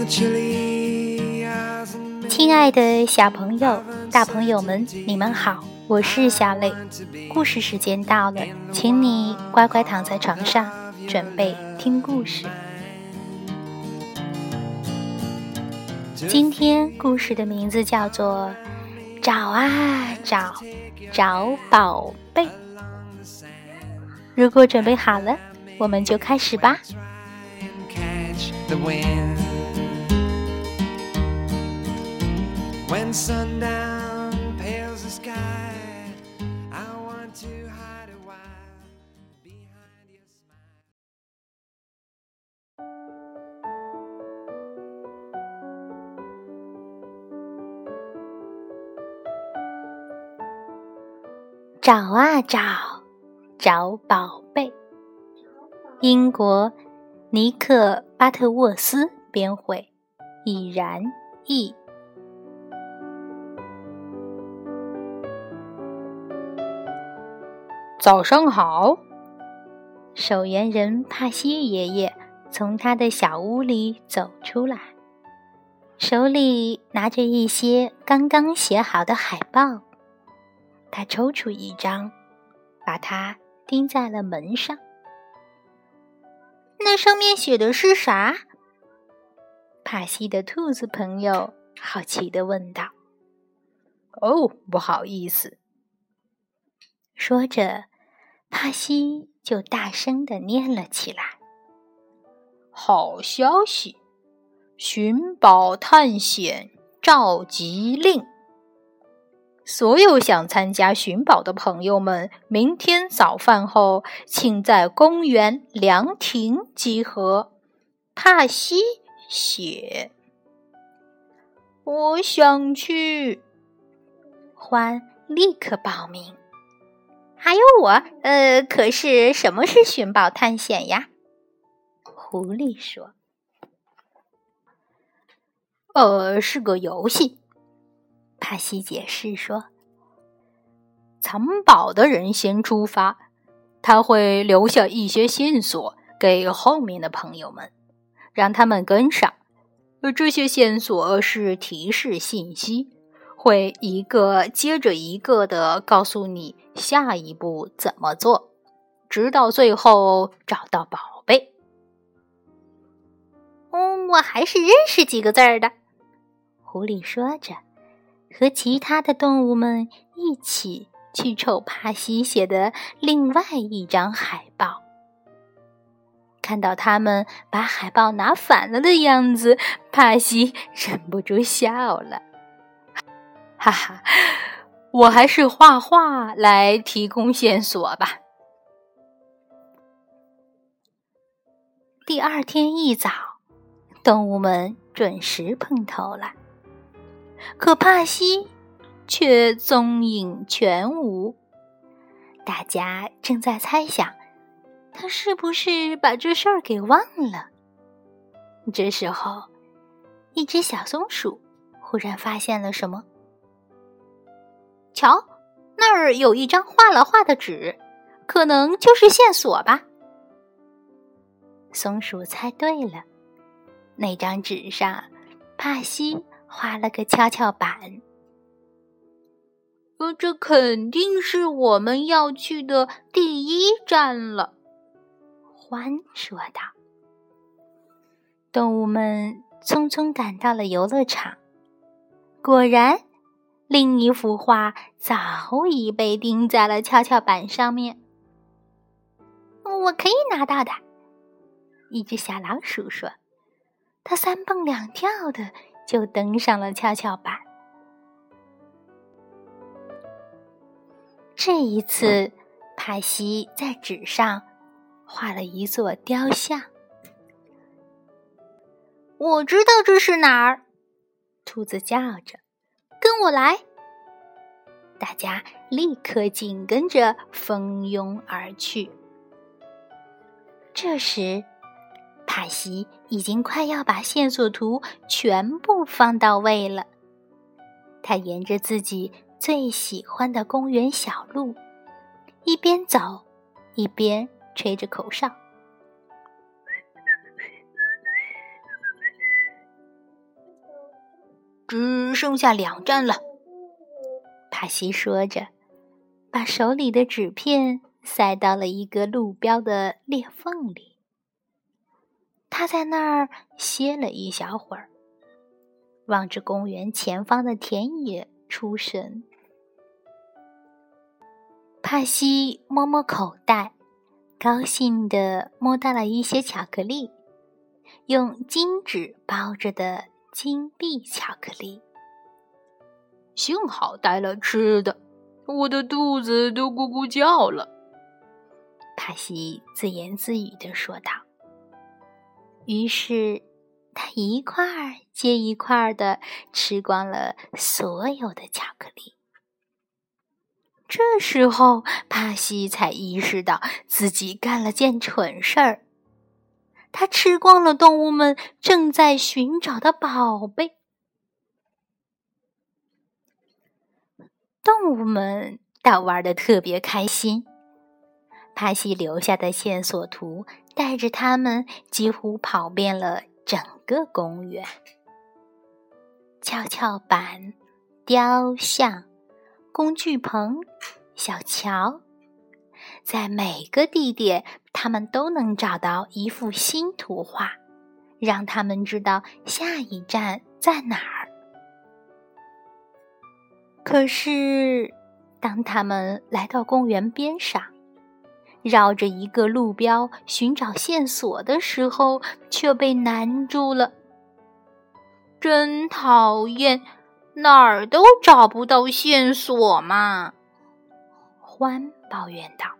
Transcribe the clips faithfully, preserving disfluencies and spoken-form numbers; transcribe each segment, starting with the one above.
亲爱的小朋友、大朋友们，你们好，我是小磊。故事时间到了，请你乖乖躺在床上，准备听故事。今天故事的名字叫做找啊找，找宝贝。如果准备好了，我们就开始吧。找啊找，找宝贝。英国尼克巴特沃斯编绘，已然译。 早上好。 守园人帕西爷爷从他的小屋里走出来，手里拿着一些刚刚写好的海报。他抽出一张，把它钉在了门上。那上面写的是啥？帕西的兔子朋友好奇地问道。 哦，不好意思。 说着，帕西就大声地念了起来。 好消息，寻宝探险召集令。所有想参加寻宝的朋友们，明天早饭后请在公园凉亭集合。帕西写。我想去。 獾立刻报名。还有我，呃，可是什么是寻宝探险呀？狐狸说。 呃，是个游戏。 帕西解释说， 藏宝的人先出发，他会留下一些线索给后面的朋友们，让他们跟上。这些线索是提示信息，会一个接着一个的告诉你下一步怎么做，直到最后找到宝贝。 嗯，我还是认识几个字儿的。狐狸说着，和其他的动物们一起去瞅帕西写的另外一张海报。看到他们把海报拿反了的样子，帕西忍不住笑了。 哈哈，我还是画画来提供线索吧。 第二天一早，动物们准时碰头了。可帕西却踪影全无，大家正在猜想，他是不是把这事儿给忘了。这时候，一只小松鼠忽然发现了什么。瞧，那儿有一张画了画的纸，可能就是线索吧。松鼠猜对了，那张纸上，帕西画了个跷跷板。 呃，这肯定是我们要去的第一站了， 獾说道。动物们匆匆赶到了游乐场，果然，另一幅画早已被钉在了跷跷板上面。我可以拿到的，一只小老鼠说。它三蹦两跳的就登上了跷跷板。这一次，帕西在纸上画了一座雕像。我知道这是哪儿，兔子叫着，跟我来。大家立刻紧跟着蜂拥而去。这时，帕西已经快要把线索图全部放到位了。他沿着自己最喜欢的公园小路，一边走，一边吹着口哨。 只剩下两站了。 帕西说着，把手里的纸片塞到了一个路标的裂缝里。他在那儿歇了一小会儿，望着公园前方的田野出神。帕西摸摸口袋，高兴地摸到了一些巧克力，用金纸包着的金币巧克力。 幸好带了吃的，我的肚子都咕咕叫了。 帕西自言自语地说道。于是他一块儿接一块儿地吃光了所有的巧克力。这时候帕西才意识到自己干了件蠢事儿，他吃光了动物们正在寻找的宝贝。动物们倒玩得特别开心，帕西留下的线索图带着他们几乎跑遍了整个公园。跷跷板、雕像、工具棚、小桥，在每个地点他们都能找到一幅新图画，让他们知道下一站在哪儿。可是当他们来到公园边上，绕着一个路标寻找线索的时候，却被难住了。真讨厌，哪儿都找不到线索嘛！獾抱怨道。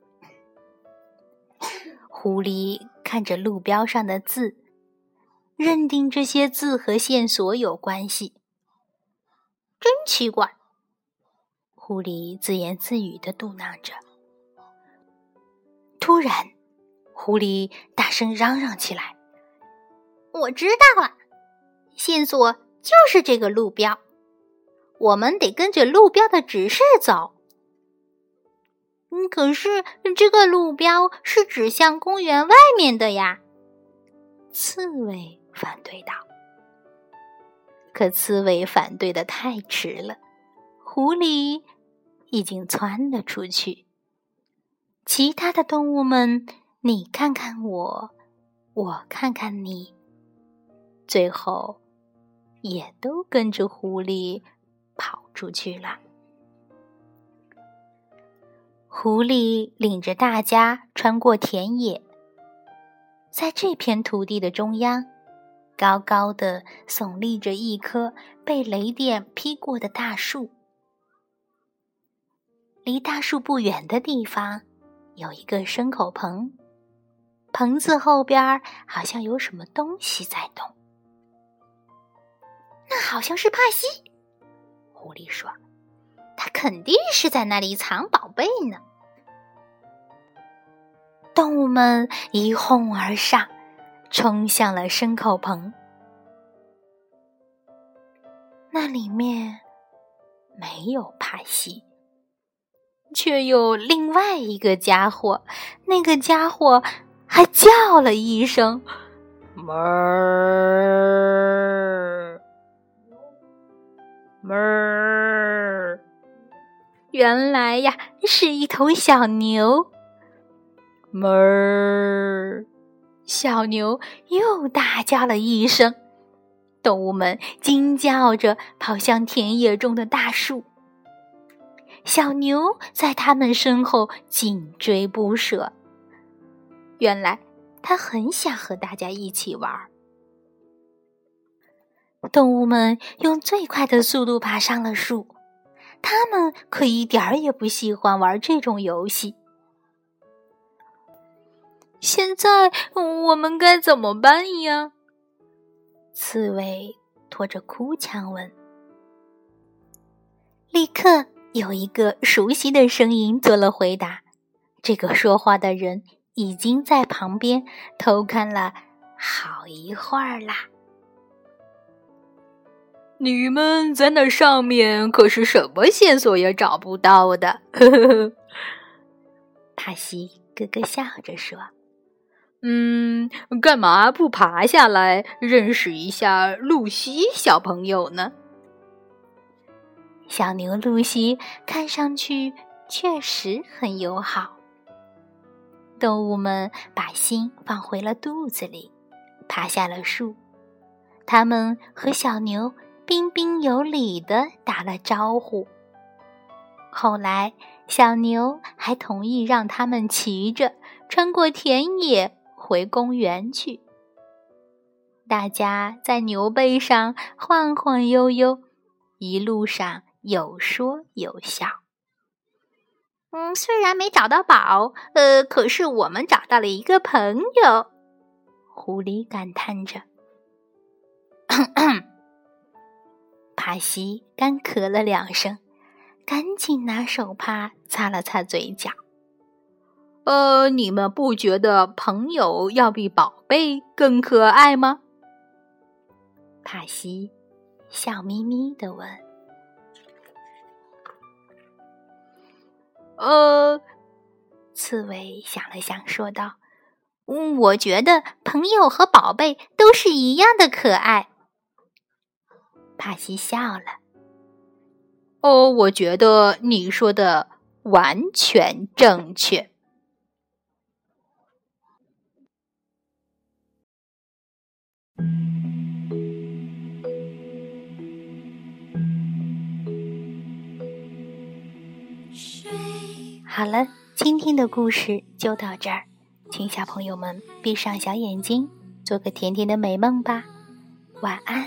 狐狸看着路标上的字，认定这些字和线索有关系。真奇怪，狐狸自言自语地嘟囔着。突然，狐狸大声嚷嚷起来：我知道了，线索就是这个路标，我们得跟着路标的指示走。嗯，可是这个路标是指向公园外面的呀，刺猬反对道。可刺猬反对的太迟了，狐狸已经窜了出去。其他的动物们，你看看我，我看看你，最后也都跟着狐狸跑出去了。狐狸领着大家穿过田野，在这片土地的中央，高高的耸立着一棵被雷电劈过的大树。离大树不远的地方有一个牲口棚，棚子后边好像有什么东西在动。那好像是帕西，狐狸说，他肯定是在那里藏宝贝呢。动物们一哄而上，冲向了牲口棚。那里面没有帕西，却有另外一个家伙，那个家伙还叫了一声哞儿哞儿，原来呀是一头小牛。哞儿，小牛又大叫了一声，动物们惊叫着跑向田野中的大树。小牛在他们身后紧追不舍，原来他很想和大家一起玩。动物们用最快的速度爬上了树，他们可一点儿也不喜欢玩这种游戏。现在我们该怎么办呀？刺猬拖着哭腔问。立刻有一个熟悉的声音做了回答，这个说话的人已经在旁边偷看了好一会儿啦。 你们在那上面可是什么线索也找不到的，呵呵呵。 帕西咯咯笑着说。 嗯，干嘛不爬下来认识一下露西小朋友呢？ 小牛露西看上去确实很友好。动物们把心放回了肚子里，爬下了树。他们和小牛彬彬有礼地打了招呼。后来，小牛还同意让他们骑着穿过田野回公园去。大家在牛背上晃晃悠悠，一路上有说有笑。嗯，虽然没找到宝，呃，可是我们找到了一个朋友。狐狸感叹着。咳咳，帕西干咳了两声，赶紧拿手帕擦了擦嘴角。 呃，你们不觉得朋友要比宝贝更可爱吗？ 帕西笑眯眯地问。 呃， 刺猬想了想说道，嗯，我觉得朋友和宝贝都是一样的可爱。帕西笑了。 哦，我觉得你说的完全正确。 好了，今天的故事就到这儿，请小朋友们闭上小眼睛，做个甜甜的美梦吧。晚安。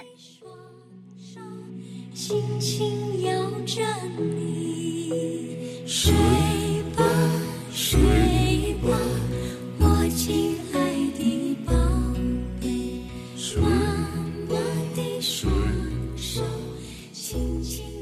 轻轻摇着你，睡吧睡吧，我亲爱的宝贝，妈妈的双手轻轻